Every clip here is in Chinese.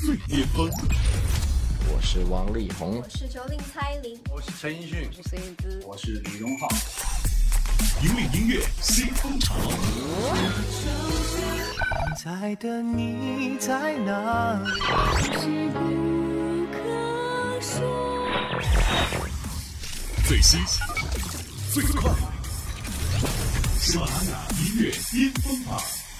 最巅峰。 我是王力宏， 我是9令蔡依林， 我是陈奕迅， 我是孙燕姿， 我是李荣浩。 引领音乐新风潮。 在的你在哪里？ 最新最快，喜马拉雅音乐巅峰榜。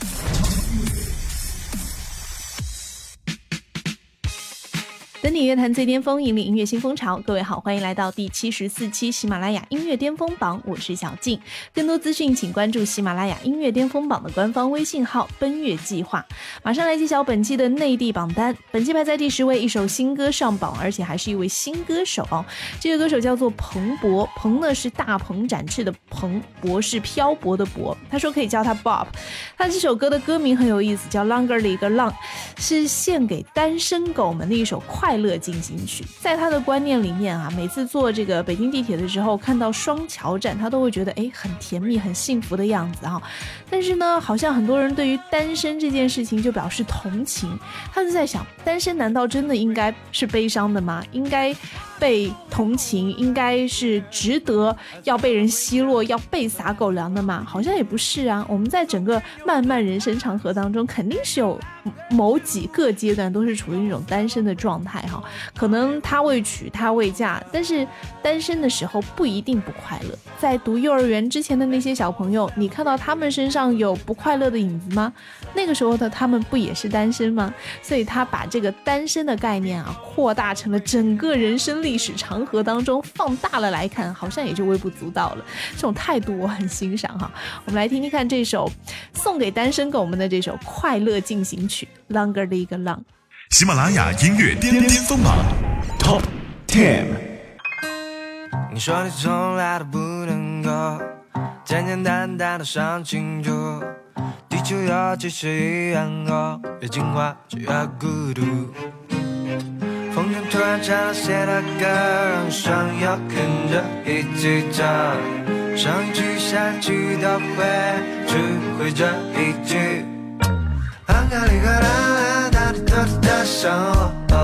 等你乐坛最巅峰，引领音乐新风潮。各位好，欢迎来到第74期喜马拉雅音乐巅峰榜，我是小静。更多资讯请关注喜马拉雅音乐巅峰榜的官方微信号奔月计划。马上来揭晓本期的内地榜单，本期排在第10位，一首新歌上榜，而且还是一位新歌手。这个歌手叫做彭博，彭呢是大鹏展翅的鹏，博是漂泊的博，他说可以叫他 Bob。 他这首歌的歌名很有意思，叫 Longer 的一个浪，是献给单身狗们的一首快乐进行曲。在他的观念里面啊，每次坐这个北京地铁的时候看到双桥站，他都会觉得很甜蜜很幸福的样子。但是呢，好像很多人对于单身这件事情就表示同情，他就在想，单身难道真的应该是悲伤的吗？应该被同情，应该是值得要被人奚落，要被撒狗粮的吗？好像也不是啊。我们在整个漫漫人生长河当中，肯定是有某几个阶段都是处于那种单身的状态。可能他未娶他未嫁，但是单身的时候不一定不快乐。在读幼儿园之前的那些小朋友，你看到他们身上有不快乐的影子吗？那个时候的他们不也是单身吗？所以他把这个单身的概念扩大成了整个人生历史长河当中，放大了来看，好像也就微不足道了。这种态度我很欣赏。我们来听听看这首送给单身狗们的这首快乐进行曲 Longer 的一个浪。 喜马拉雅音乐巅峰榜 Top 10。 你说你从来都不能够简简单单的想清楚，地球要继续一样高，越进化就越孤独。风筝突然唱了谁的歌，让双友跟着一起唱，上一句下一句都会只会这一句。安卡里克拉拉的生活，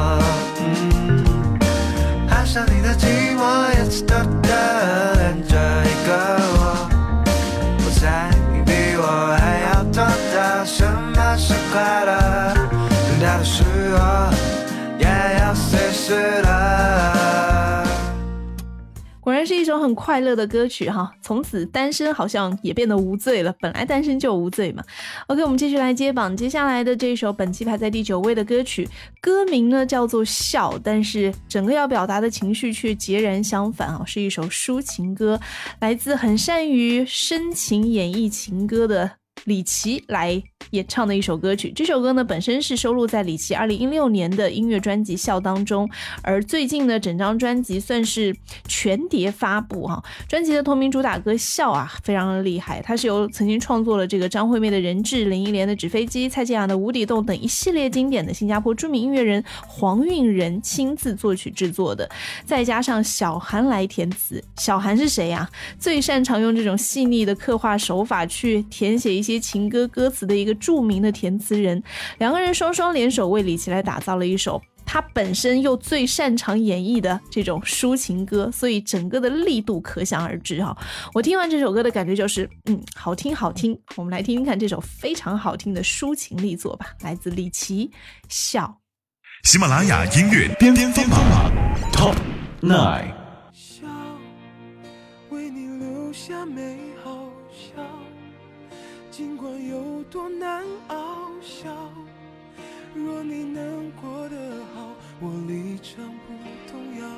爱上你的寂寞，也是偷偷恋着一个我。不在你比我还要懂得什么是快乐，等待的是我，也要随时的。 果然是一首很快乐的歌曲从此单身好像也变得无罪了，本来单身就无罪嘛。 OK， 我们继续来接榜，接下来的这首本期排在第9位的歌曲，歌名呢叫做笑，但是整个要表达的情绪却截然相反是一首抒情歌，来自很善于深情演绎情歌的李琦来演唱的一首歌曲。这首歌呢本身是收录在李琦2016年的音乐专辑《笑》当中，而最近呢整张专辑算是全碟发布专辑的同名主打歌《笑》非常的厉害，它是由曾经创作了这个张惠妹的人质、林忆莲的纸飞机、蔡健雅的无底洞等一系列经典的新加坡著名音乐人黄韵仁亲自作曲制作的，再加上小韩来填词。小韩是谁呀？最擅长用这种细腻的刻画手法去填写一些情歌歌词的一个著名的填词人，两个人双双联手为李琦来打造了一首他本身又最擅长演绎的这种抒情歌，所以整个的力度可想而知我听完这首歌的感觉就是好听好听。我们来听听看这首非常好听的抒情力作吧，来自李琦，笑。 喜马拉雅音乐巅峰榜 Top 9。 笑，为你留下美好笑，尽管有多难熬笑，若你能过得好，我立场不动摇。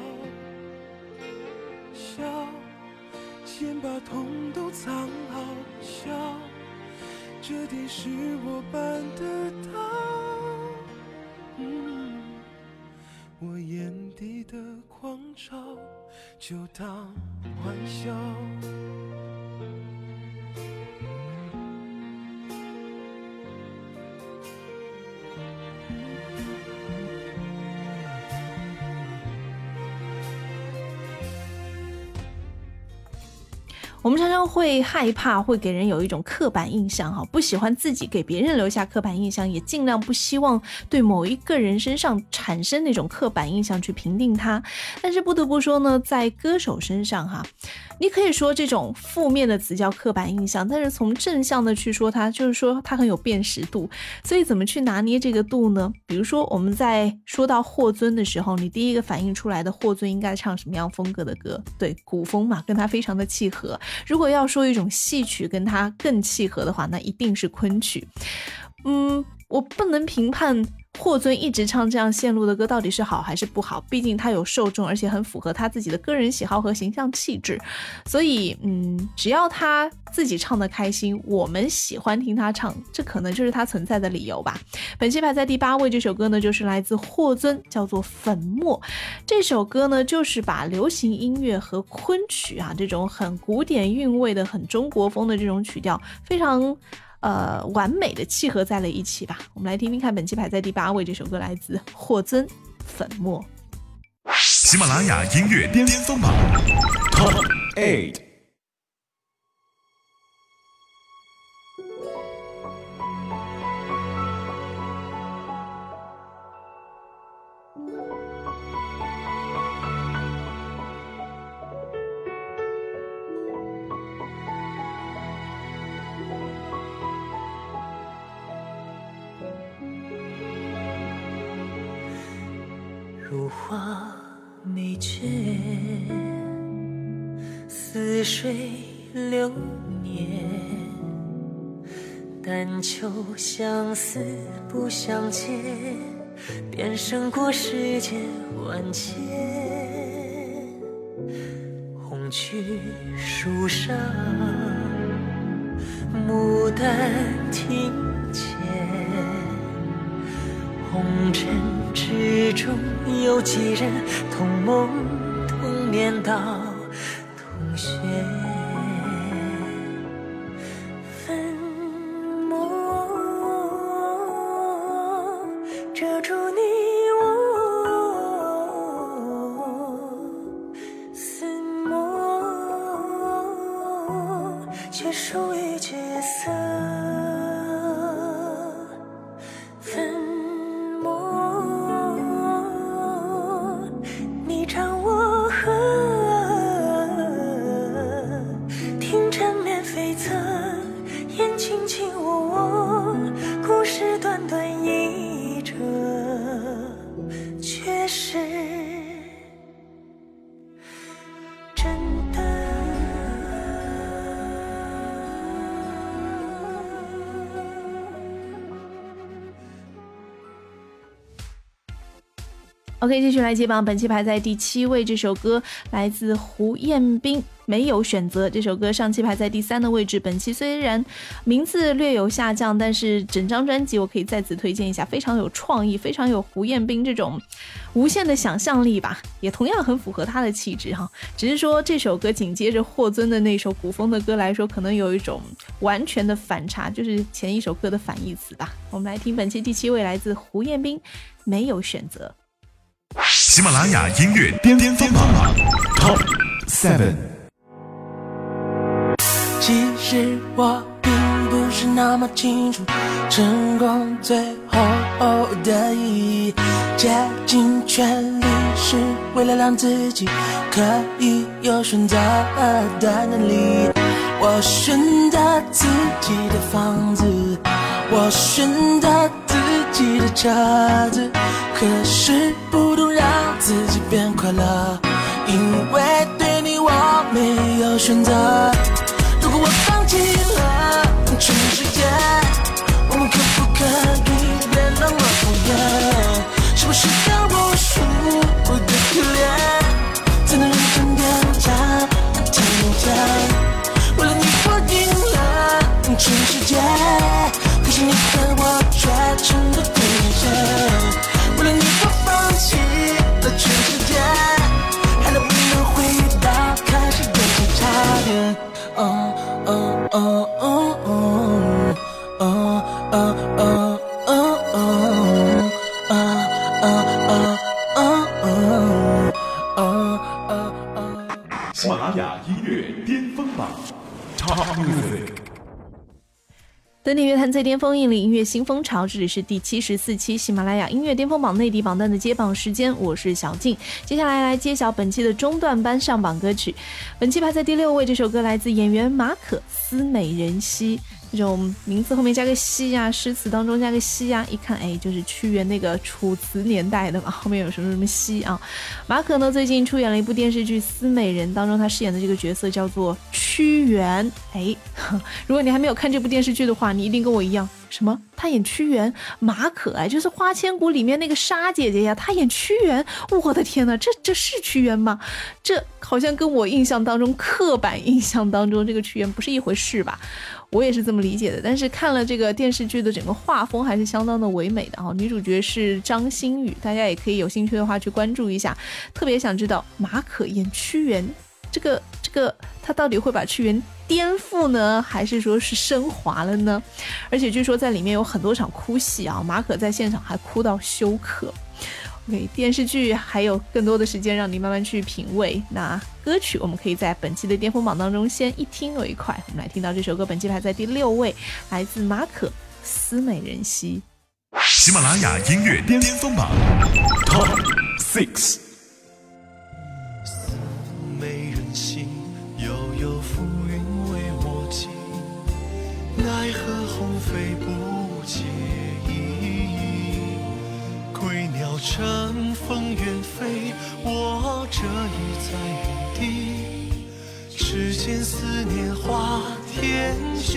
笑，先把痛都藏好，笑，这点是我办得到。我眼底的狂潮就当玩笑。 我们常常会害怕会给人有一种刻板印象哈，不喜欢自己给别人留下刻板印象，也尽量不希望对某一个人身上产生那种刻板印象去评定他。但是不得不说呢，在歌手身上哈，你可以说这种负面的词叫刻板印象，但是从正向的去说它，就是说它很有辨识度。所以怎么去拿捏这个度呢？比如说我们在说到霍尊的时候，你第一个反映出来的霍尊应该唱什么样风格的歌？对，古风嘛，跟他非常的契合。如果要说一种戏曲跟他更契合的话，那一定是昆曲。我不能评判霍尊一直唱这样线路的歌到底是好还是不好，毕竟他有受众，而且很符合他自己的个人喜好和形象气质。所以只要他自己唱得开心，我们喜欢听他唱，这可能就是他存在的理由吧。本期排在第8位，这首歌呢就是来自霍尊，叫做《粉末》。这首歌呢就是把流行音乐和昆曲啊这种很古典韵味的很中国风的这种曲调非常完美的契合在了一起吧。我们来听听看本期排在第8位，这首歌来自霍尊，《粉末》。 喜马拉雅音乐巅峰榜 Top 8。 如花眉间，似水流年，但求相思不相见，便胜过世间万千。红菊树上，牡丹庭前，红尘之中有几人同梦同眠到同穴？粉末遮住你我，似墨却疏于角色。 OK， 继续来接榜，本期排在第7位，这首歌来自胡彦斌，没有选择。这首歌上期排在第3的位置，本期虽然名次略有下降，但是整张专辑我可以再次推荐一下，非常有创意，非常有胡彦斌这种无限的想象力吧，也同样很符合他的气质哈。只是说这首歌紧接着霍尊的那首古风的歌来说，可能有一种完全的反差，就是前一首歌的反义词吧。我们来听本期第7位，来自胡彦斌，没有选择。 喜马拉雅音乐巅峰榜 Top 7。 其实我并不是那么清楚成功最后的意义，竭尽全力是为了让自己可以有选择的能力。我选择自己的房子，我选择自己的车子，可是不懂让自己变快乐，因为对你我没有选择。如果我放弃了全世界，我们可不可以别那么敷衍？是不是要我输的可怜，才能认真变强，才能讲？为了你我赢了全世界，可是你和我却成了对线。为了你我放弃了全世界，还能不能回到开始的起点？ Music。 登顶乐坛最巅峰，引领音乐新风潮。这里是第74期喜马拉雅音乐巅峰榜内地榜单的揭榜时间，我是小静。接下来揭晓本期的中段班上榜歌曲。本期排在第6位，这首歌来自演员马可，《思美人兮》。这种名字后面加个兮啊，诗词当中加个兮啊，一看就是屈原那个楚辞年代的嘛，后面有什么兮啊。马可呢最近出演了一部电视剧《思美人》，当中他饰演的这个角色叫做屈原。如果你还没有看这部电视剧的话，你一定跟我一样，什么他演屈原，马可就是《花千骨》里面那个沙姐姐呀，他演屈原，我的天哪，这是屈原吗？这好像跟我印象当中刻板印象当中这个屈原不是一回事吧？我也是这么理解的，但是看了这个电视剧的整个画风还是相当的唯美的女主角是张馨予，大家也可以有兴趣的话去关注一下。特别想知道马可演屈原，这个他到底会把屈原颠覆呢，还是说是升华了呢？而且据说在里面有很多场哭戏马可在现场还哭到休克。OK， 电视剧还有更多的时间让你慢慢去品味。那歌曲我们可以在本期的巅峰榜当中先一听为快。我们来听到这首歌，本期排在第6位，来自马可，《思美人兮》。 喜马拉雅音乐巅峰榜 Top 6。 思美人兮，悠悠浮云为我寄，奈何鸿飞不解意。归鸟乘风远飞，我这已在原地，只见思念化天际。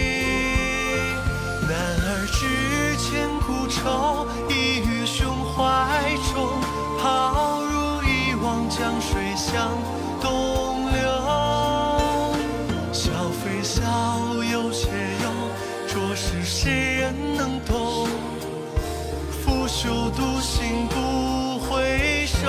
男儿知千古愁，已于胸怀中，抛入一汪江水向东流。笑非笑，忧且忧，着实谁人能懂？拂袖独行不回首，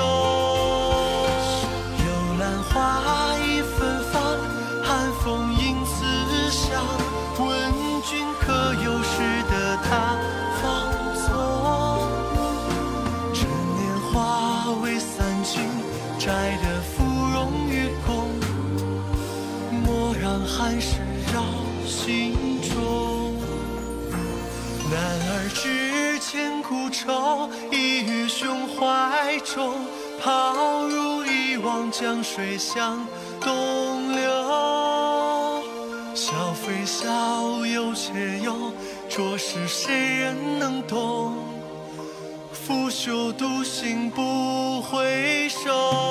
幽兰花已芬芳，寒风迎思乡。问君可有识得他芳踪？趁年华为散尽，摘得芙蓉与共，莫让寒食扰心中。男儿知千古愁，已于胸怀中，抛入一汪江水向东流。笑非笑，忧且忧，着实谁人能懂？拂袖独行不回首，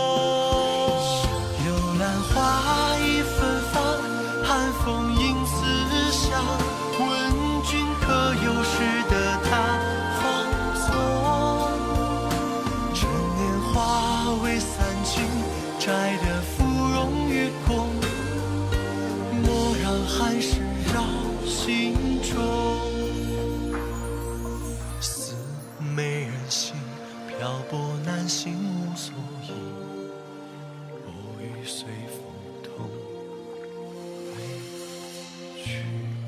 幽兰花已芬芳，寒风迎思乡。问君可有识得他芳踪？趁年华为散尽，摘得芙蓉与共，莫让寒食扰心中。思美人兮，漂泊难行无所依，不与随风同归去。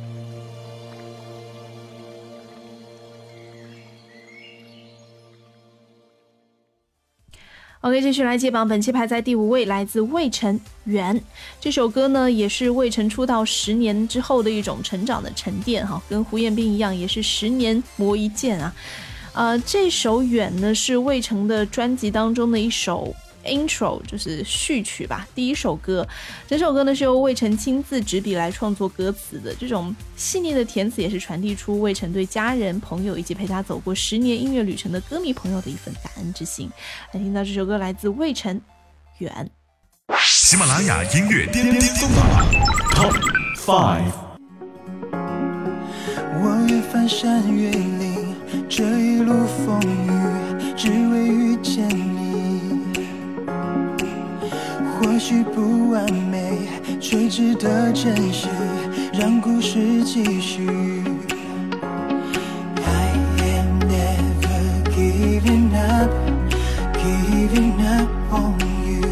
OK， 继续来揭榜，本期排在第5位，来自魏晨，《缘》。这首歌呢，也是魏晨出道10年之后的一种成长的沉淀跟胡彦斌一样，也是10年磨一剑这首《缘》呢，是魏晨的专辑当中的一首 intro， 就是序曲吧，第一首歌。整首歌呢是由魏晨亲自执笔来创作歌词的，这种细腻的填词也是传递出魏晨对家人、朋友以及陪他走过10年音乐旅程的歌迷朋友的一份感恩之心。来听到这首歌，来自魏晨，《缘》。 喜马拉雅音乐巅峰榜 Top 5。 我越翻山越岭，这一路风雨，只为遇见你。或许不完美，却值得珍惜，让故事继续。I am never giving up, giving up on you。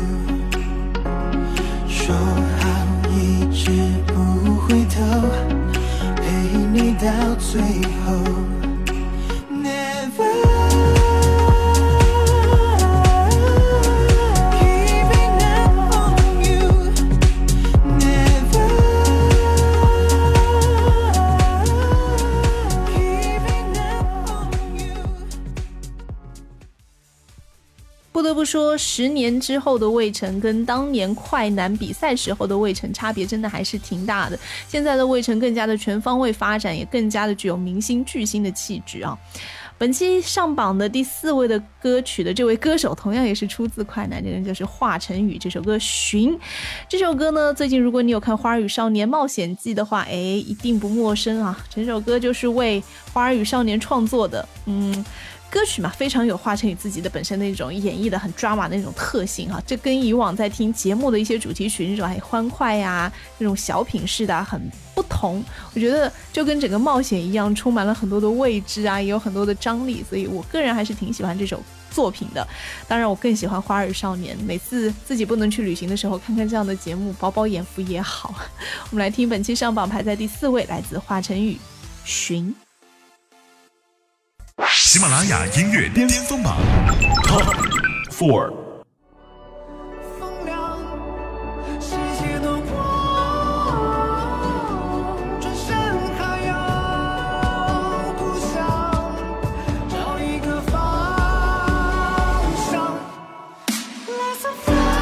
说好一直不回头，陪你到最后。Never 不得不说10年之后的魏晨跟当年快男比赛时候的魏晨差别真的还是挺大的，现在的魏晨更加的全方位发展，也更加的具有明星巨星的气质啊。本期上榜的第4位的歌曲的这位歌手同样也是出自快男，这人就是华晨宇，这首歌《寻》。这首歌呢，最近如果你有看《花儿与少年冒险记》的话，一定不陌生啊。整首歌就是为花儿与少年创作的，歌曲嘛，非常有华晨宇自己的本身的那种演绎的很 drama 的那种特性啊，这跟以往在听节目的一些主题曲那种欢快呀、那种小品式的很不同。我觉得就跟整个冒险一样，充满了很多的未知啊，也有很多的张力，所以我个人还是挺喜欢这首作品的。当然我更喜欢《花儿与少年》，每次自己不能去旅行的时候，看看这样的节目，饱饱眼福也好。我们来听本期上榜排在第4位，来自华晨宇《寻》。 喜马拉雅音乐巅峰榜 Top 4。 风凉，世界都过，转身还要故乡，找一个方向。Let's fly。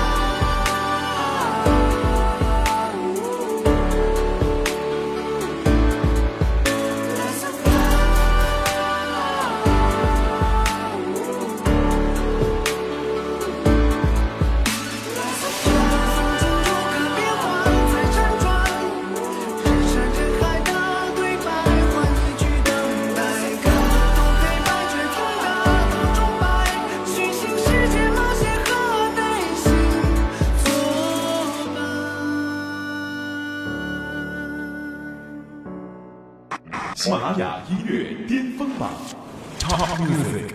喜马拉雅音乐巅峰榜 Top Music。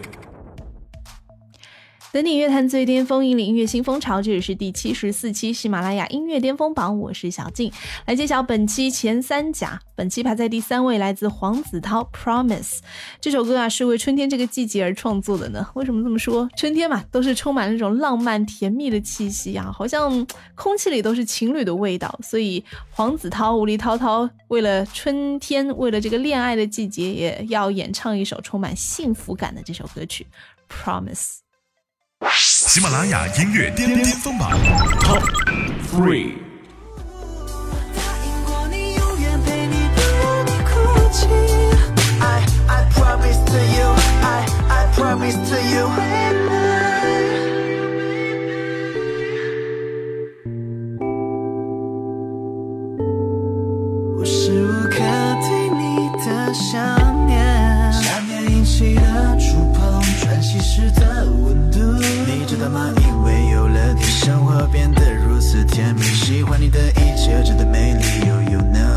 等你乐坛最巅峰，引领音乐新风潮。这里是第74期喜马拉雅音乐巅峰榜，我是小静，来揭晓本期前3甲。本期排在第3位，来自黄子韬 Promise。 这首歌啊，是为春天这个季节而创作的呢。为什么这么说？春天嘛，都是充满了那种浪漫甜蜜的气息啊，好像空气里都是情侣的味道。所以黄子韬无厘滔滔，为了春天，为了这个恋爱的季节，也要演唱一首充满幸福感的这首歌曲 Promise。 喜马拉雅音乐巅峰榜 Top 3。 答应过你，永远陪你，不让你哭泣。I promise to you, I promise to you, baby。无时无刻对你的想念，想念引起的触碰，喘息时的温度。你知道吗？因为有了你，生活变得如此甜蜜。喜欢你的一切，真的美丽。You know,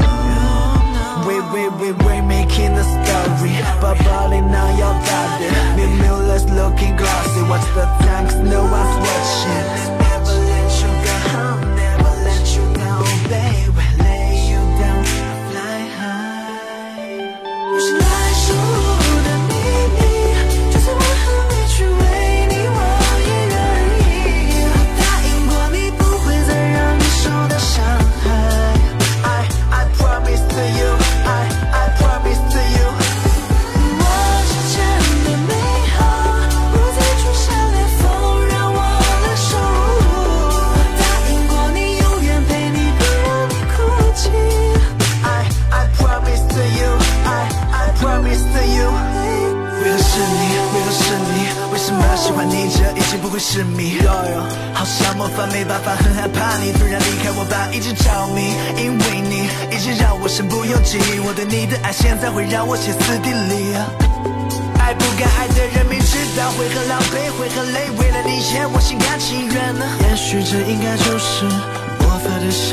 we're making a story. But balling on your body, me mirrorless looking glossy. Watch the time, 'cause no one's watching. Never let you go, never let you go, baby. Lay you down, fly high. 有时来说我的秘密，就算我很委屈，为你我也愿意。答应过你，不会再让你受到伤害。I promise to you, I promise to you。 我之间的美好，不再出现裂缝，让我来守护。答应过你，永远陪你，不让你哭泣。I promise to you, I promise to you。 为何是你？为何是你？为什么喜欢你？这已经不会是谜。好像魔法，没办法，很害怕你突然离开我吧，一直着迷，因为你一直让我身不由己。我对你的爱现在会让我歇斯底里。爱不该爱的人，明知道会很狼狈，会很累，为了你演我心甘情愿。也许这应该就是魔法的效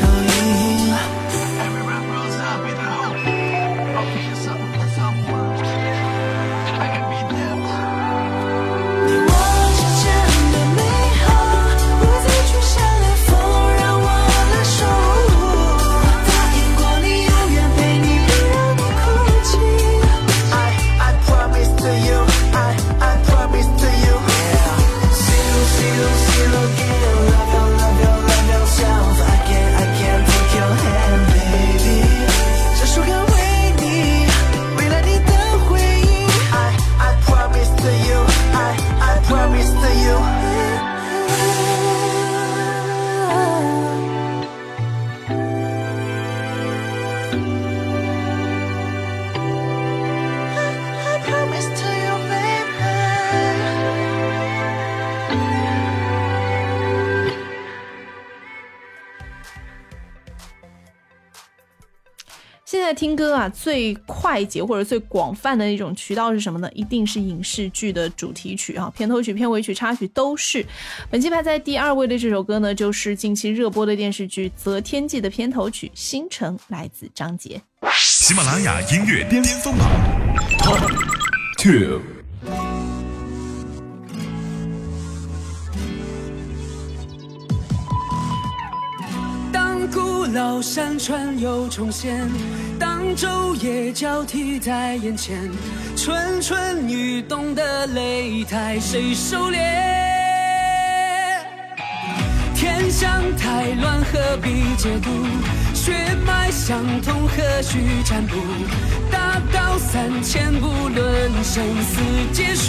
应。Love yourself. I can't take your hand. 在听歌啊，最快捷或者最广泛的一种渠道是什么呢？一定是影视剧的主题曲啊，片头曲、片尾曲、插曲都是。本期排在第2位的这首歌呢，就是近期热播的电视剧《择天记》的片头曲《星辰》，来自张杰。 喜马拉雅音乐巅峰榜 Top 2。 古老山川又重现，当昼夜交替在眼前，蠢蠢欲动的擂台谁收敛？天象太乱何必解读，血脉相通何须占卜，大道3000不论生死劫数，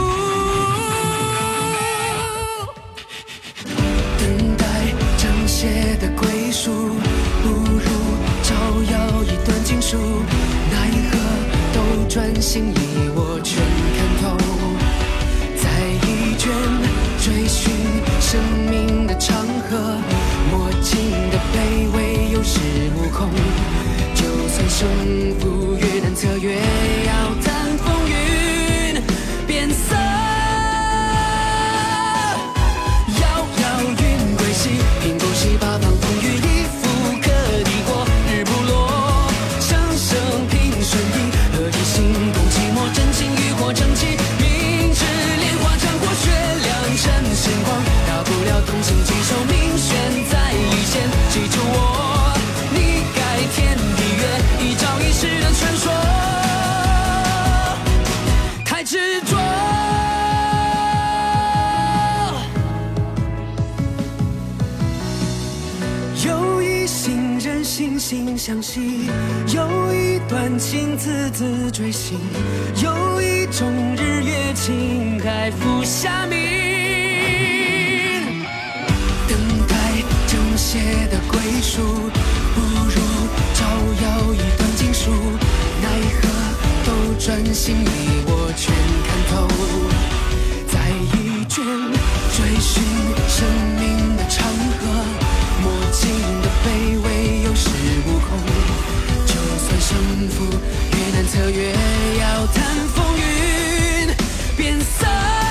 等待正邪的归属，不如照耀一段经书，奈何斗转星移我全看透，在一卷追寻生命的长河，莫尽的卑微有恃无恐，就算胜负越难测，越要谈风云变色，遥遥云归西，平不息八方风雨，一复可敌国，日不落，生生平顺意，何以心共寂寞，真情欲火正气，明知莲花战火，血亮成星光，大不了同心携手，命悬在一线，记住我，你改天地月，一朝一夕的传说，太执着。有一心人惺惺相惜，有一段情字字追寻，有一种日月情海浮霞明，等待正邪的归属，不如照耀一段经书，奈何斗转星移我全看透，在一卷追寻生命的长河，莫尽的卑微有恃无恐，就算胜负越难测，越要谈风云变色，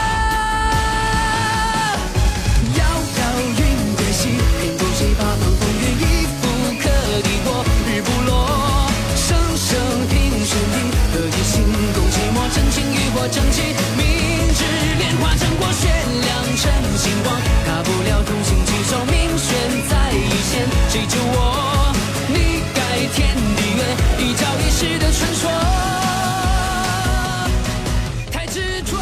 遥遥云归西，平不息八方风雨，一复可敌国，日不落，生生平顺意，何以心共寂寞，真情欲火正气，明知莲花战火，血亮成星光，大不了同心携手，命悬在一线，记住我，你改天地月，一朝一夕的传说，太执着。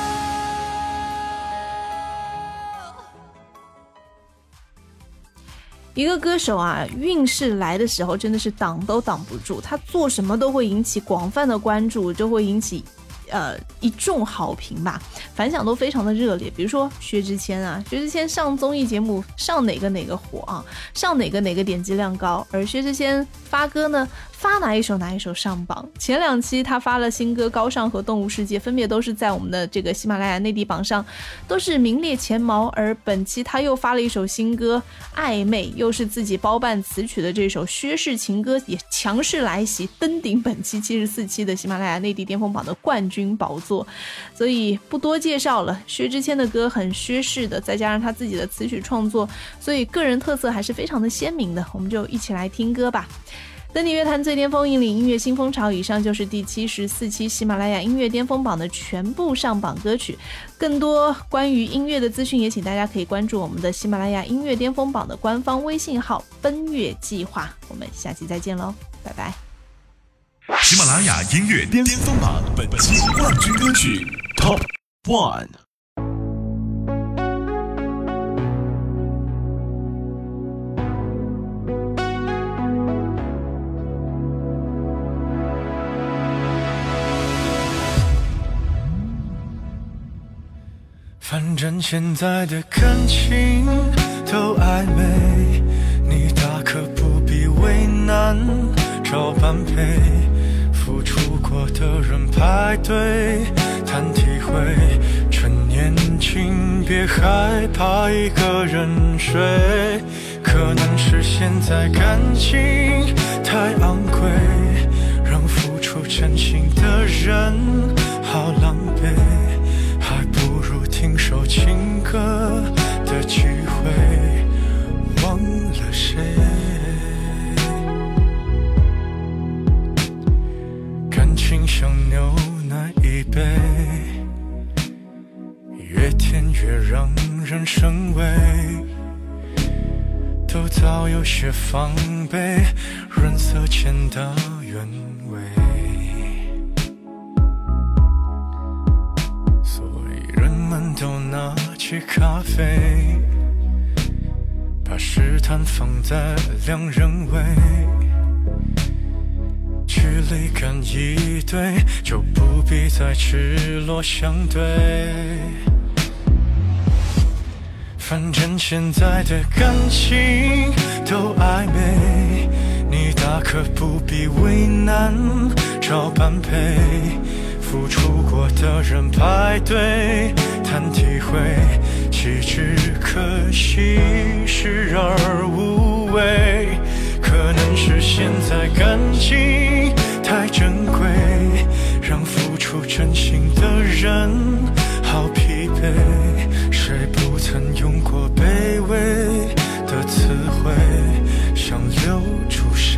一个歌手啊，运势来的时候真的是挡都挡不住，他做什么都会引起广泛的关注，就会引起一众好评吧，反响都非常的热烈。比如说薛之谦啊，薛之谦上综艺节目上哪个火啊，上哪个点击量高，而薛之谦发歌呢，发哪一首上榜。前2期他发了新歌《高尚》和《动物世界》，分别都是在我们的这个喜马拉雅内地榜上都是名列前茅，而本期他又发了一首新歌《暧昧》，又是自己包办词曲的这首薛氏情歌，也强势来袭，登顶本期74期的喜马拉雅内地巅峰榜的冠军宝座。所以不多介绍了，薛之谦的歌很薛氏的，再加上他自己的词曲创作，所以个人特色还是非常的鲜明的。我们就一起来听歌吧。登顶乐坛最巅峰，引领音乐新风潮。以上就是第74期喜马拉雅音乐巅峰榜的全部上榜歌曲。更多关于音乐的资讯，也请大家可以关注我们的喜马拉雅音乐巅峰榜的官方微信号奔月计划。我们下期再见喽，拜拜。 喜马拉雅音乐巅峰榜本期冠军歌曲 Top 1。 反正现在的感情都暧昧，你大可不必为难找般配，付出过的人排队谈体会，趁年轻别害怕一个人睡，可能是现在感情太太昂贵，让付出真心的人好狼狈，还不如听首情歌的机会，忘了谁。感情像牛奶一杯，越甜越让人生畏，都早有些防备，润色前的原味。所以人们都拿起咖啡，把试探放在两人位，距离感一对，就不必再赤裸相对。反正现在的感情都暧昧，你大可不必为难找般配，付出过的人排队谈体会，岂止可惜视而无味。可能是现在感情太珍贵，让付出真心的人好疲惫，谁不曾用过卑微的词汇，想留住谁？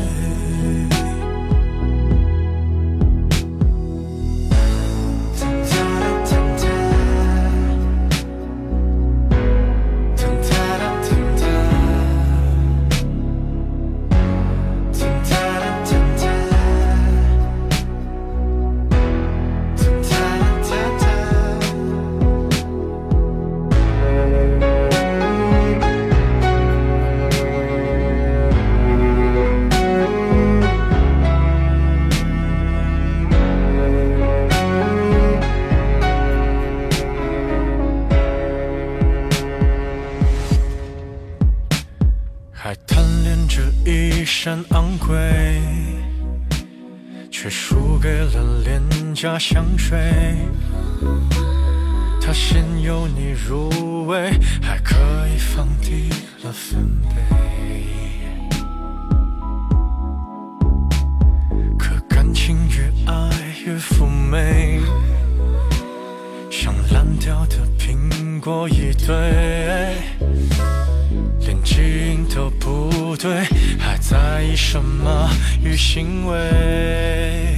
还贪恋着一身昂贵，却输给了廉价香水。它先由你入味，还可以放低了分贝。可感情越爱越妩媚，像烂掉的苹果一堆，连基因都不对，还在意什么与行为？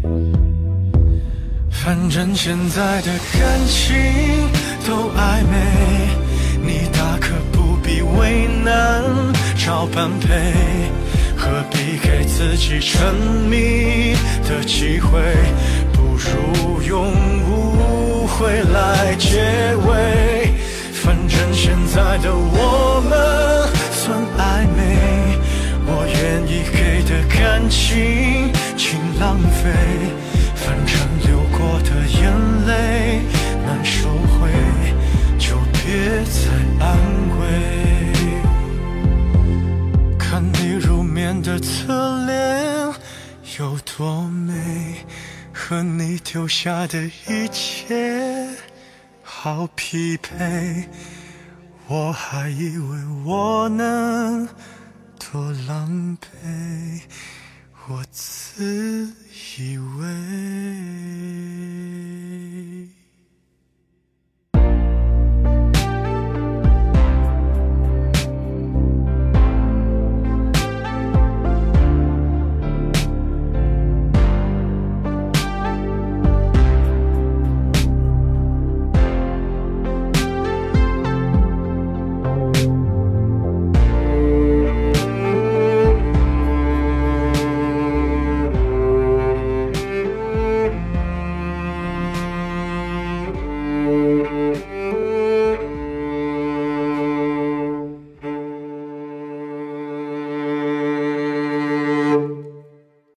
反正现在的感情都暧昧，你大可不必为难找般配，何必给自己沉迷的机会？不如用误会来结尾。反正现在的我们算暧昧，我愿意给的感情请浪费，反正流过的眼泪难收回，就别再安慰。看你入眠的侧脸有多美，和你丢下的一切好匹配，我还以为我能多狼狈，我自以为。